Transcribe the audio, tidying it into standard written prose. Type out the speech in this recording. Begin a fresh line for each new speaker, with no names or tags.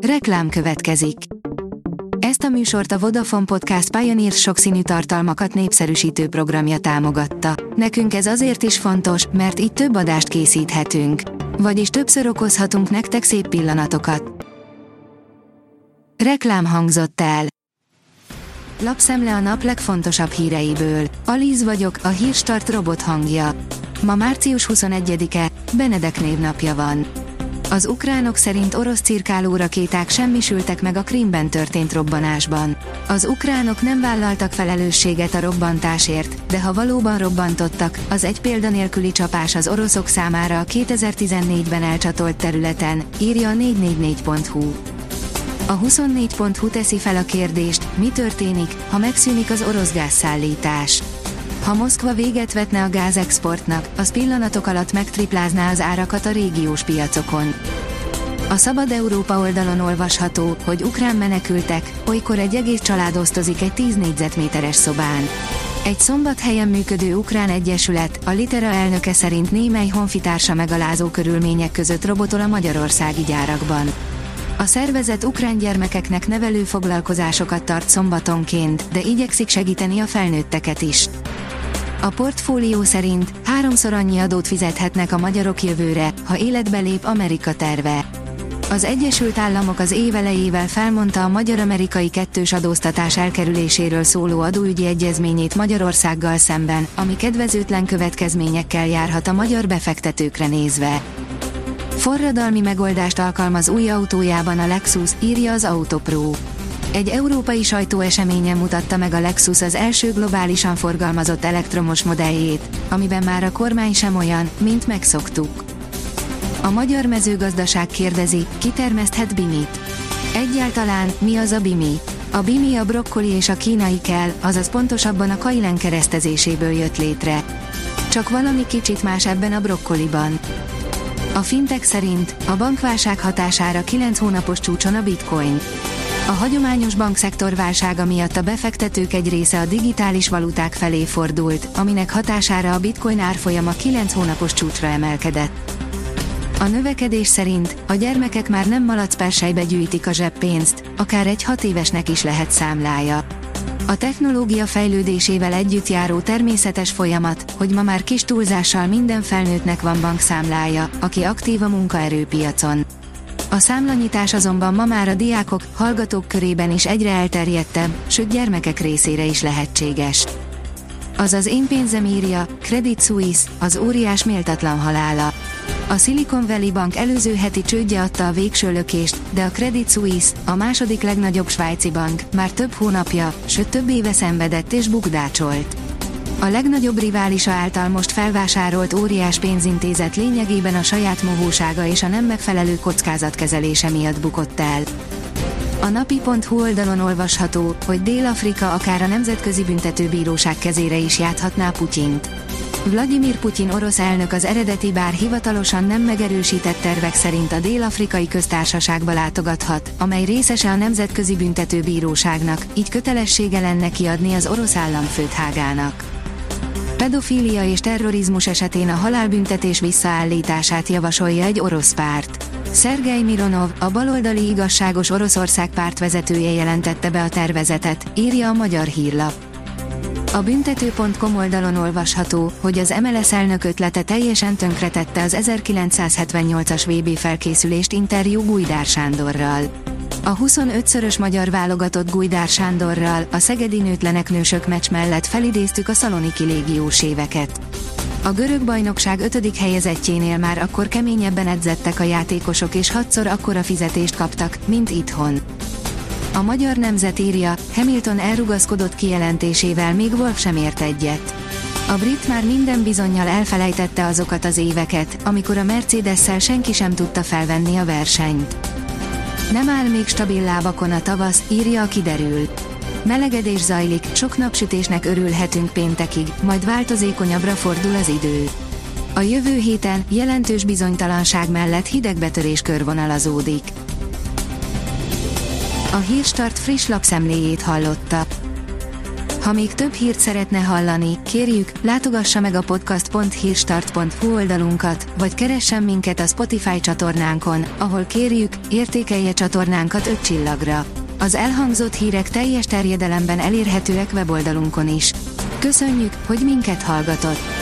Reklám következik. Ezt a műsort a Vodafone Podcast Pioneer sokszínű tartalmakat népszerűsítő programja támogatta. Nekünk ez azért is fontos, mert így több adást készíthetünk. Vagyis többször okozhatunk nektek szép pillanatokat. Reklám hangzott el. Lapszemle a nap legfontosabb híreiből. Alíz vagyok, a Hírstart robot hangja. Ma március 21-e, Benedek névnapja van. Az ukránok szerint orosz cirkáló rakéták semmisültek meg a Krímben történt robbanásban. Az ukránok nem vállaltak felelősséget a robbantásért, de ha valóban robbantottak, az egy példanélküli csapás az oroszok számára a 2014-ben elcsatolt területen, írja a 444.hu. A 24.hu teszi fel a kérdést, mi történik, ha megszűnik az orosz gázszállítás. Ha Moszkva véget vetne a gázexportnak, az pillanatok alatt megtriplázná az árakat a régiós piacokon. A Szabad Európa oldalon olvasható, hogy ukrán menekültek, olykor egy egész család osztozik egy 10 négyzetméteres szobán. Egy Szombathelyen működő ukrán egyesület, a Litera elnöke szerint némely honfitársa megalázó körülmények között robotol a magyarországi gyárakban. A szervezet ukrán gyermekeknek nevelő foglalkozásokat tart szombatonként, de igyekszik segíteni a felnőtteket is. A Portfólió szerint 3-szor annyi adót fizethetnek a magyarok jövőre, ha életbe lép Amerika terve. Az Egyesült Államok az év elejével felmondta a magyar-amerikai kettős adóztatás elkerüléséről szóló adóügyi egyezményét Magyarországgal szemben, ami kedvezőtlen következményekkel járhat a magyar befektetőkre nézve. Forradalmi megoldást alkalmaz új autójában a Lexus, írja az Autopro. Egy európai sajtóeseményen mutatta meg a Lexus az első globálisan forgalmazott elektromos modelljét, amiben már a kormány sem olyan, mint megszoktuk. A magyar mezőgazdaság kérdezi, ki termeszthet bimit. Egyáltalán, mi az a bimi? A bimi a brokkoli és a kínai kell, azaz pontosabban a kailen keresztezéséből jött létre. Csak valami kicsit más ebben a brokkoliban. A Fintech szerint a bankválság hatására 9 hónapos csúcson a bitcoin. A hagyományos bankszektor válsága miatt a befektetők egy része a digitális valuták felé fordult, aminek hatására a bitcoin árfolyama 9 hónapos csúcsra emelkedett. A növekedés szerint a gyermekek már nem malacperselybe gyűjtik a zseppénzt, akár egy 6 évesnek is lehet számlája. A technológia fejlődésével együtt járó természetes folyamat, hogy ma már kis túlzással minden felnőttnek van bankszámlája, aki aktív a munkaerőpiacon. A számlanyítás azonban ma már a diákok, hallgatók körében is egyre elterjedtebb, sőt gyermekek részére is lehetséges. Az én pénzem, írja, Credit Suisse, az óriás méltatlan halála. A Silicon Valley Bank előző heti csődje adta a végső lökést, de a Credit Suisse, a második legnagyobb svájci bank, már több hónapja, sőt több éve szenvedett és bukdácsolt. A legnagyobb riválisa által most felvásárolt óriás pénzintézet lényegében a saját mohósága és a nem megfelelő kockázatkezelése miatt bukott el. A napi.hu oldalon olvasható, hogy Dél-Afrika akár a Nemzetközi Büntetőbíróság kezére is játhatná Putyint. Vladimir Putyin orosz elnök az eredeti, bár hivatalosan nem megerősített tervek szerint a Dél-Afrikai Köztársaságba látogathat, amely részese a Nemzetközi Büntetőbíróságnak, így kötelessége lenne kiadni az orosz államföldhágának. Pedofília és terrorizmus esetén a halálbüntetés visszaállítását javasolja egy orosz párt. Szergej Mironov, a baloldali Igazságos Oroszország pártvezetője jelentette be a tervezetet, írja a Magyar Hírlap. A büntető.com oldalon olvasható, hogy az MLS elnök ötlete teljesen tönkretette az 1978-as VB felkészülést interjú Gujdár Sándorral. A 25-szörös magyar válogatott Gujdár Sándorral a szegedi nőtlenek nősök meccs mellett felidéztük a szaloniki légiós éveket. A görög bajnokság 5. helyezettjénél már akkor keményebben edzettek a játékosok és 6-szor akkora fizetést kaptak, mint itthon. A Magyar Nemzet írja, Hamilton elrugaszkodott kijelentésével még Wolff sem ért egyet. A brit már minden bizonnyal elfelejtette azokat az éveket, amikor a Mercedes-szel senki sem tudta felvenni a versenyt. Nem áll még stabil lábakon a tavasz, írja a Kiderül. Melegedés zajlik, sok napsütésnek örülhetünk péntekig, majd változékonyabbra fordul az idő. A jövő héten jelentős bizonytalanság mellett hidegbetörés körvonalazódik. A Hírstart friss lapszemléjét hallotta. Ha még több hírt szeretne hallani, kérjük, látogassa meg a podcast.hírstart.hu oldalunkat, vagy keressen minket a Spotify csatornánkon, ahol kérjük, értékelje csatornánkat 5 csillagra. Az elhangzott hírek teljes terjedelemben elérhetőek weboldalunkon is. Köszönjük, hogy minket hallgatott!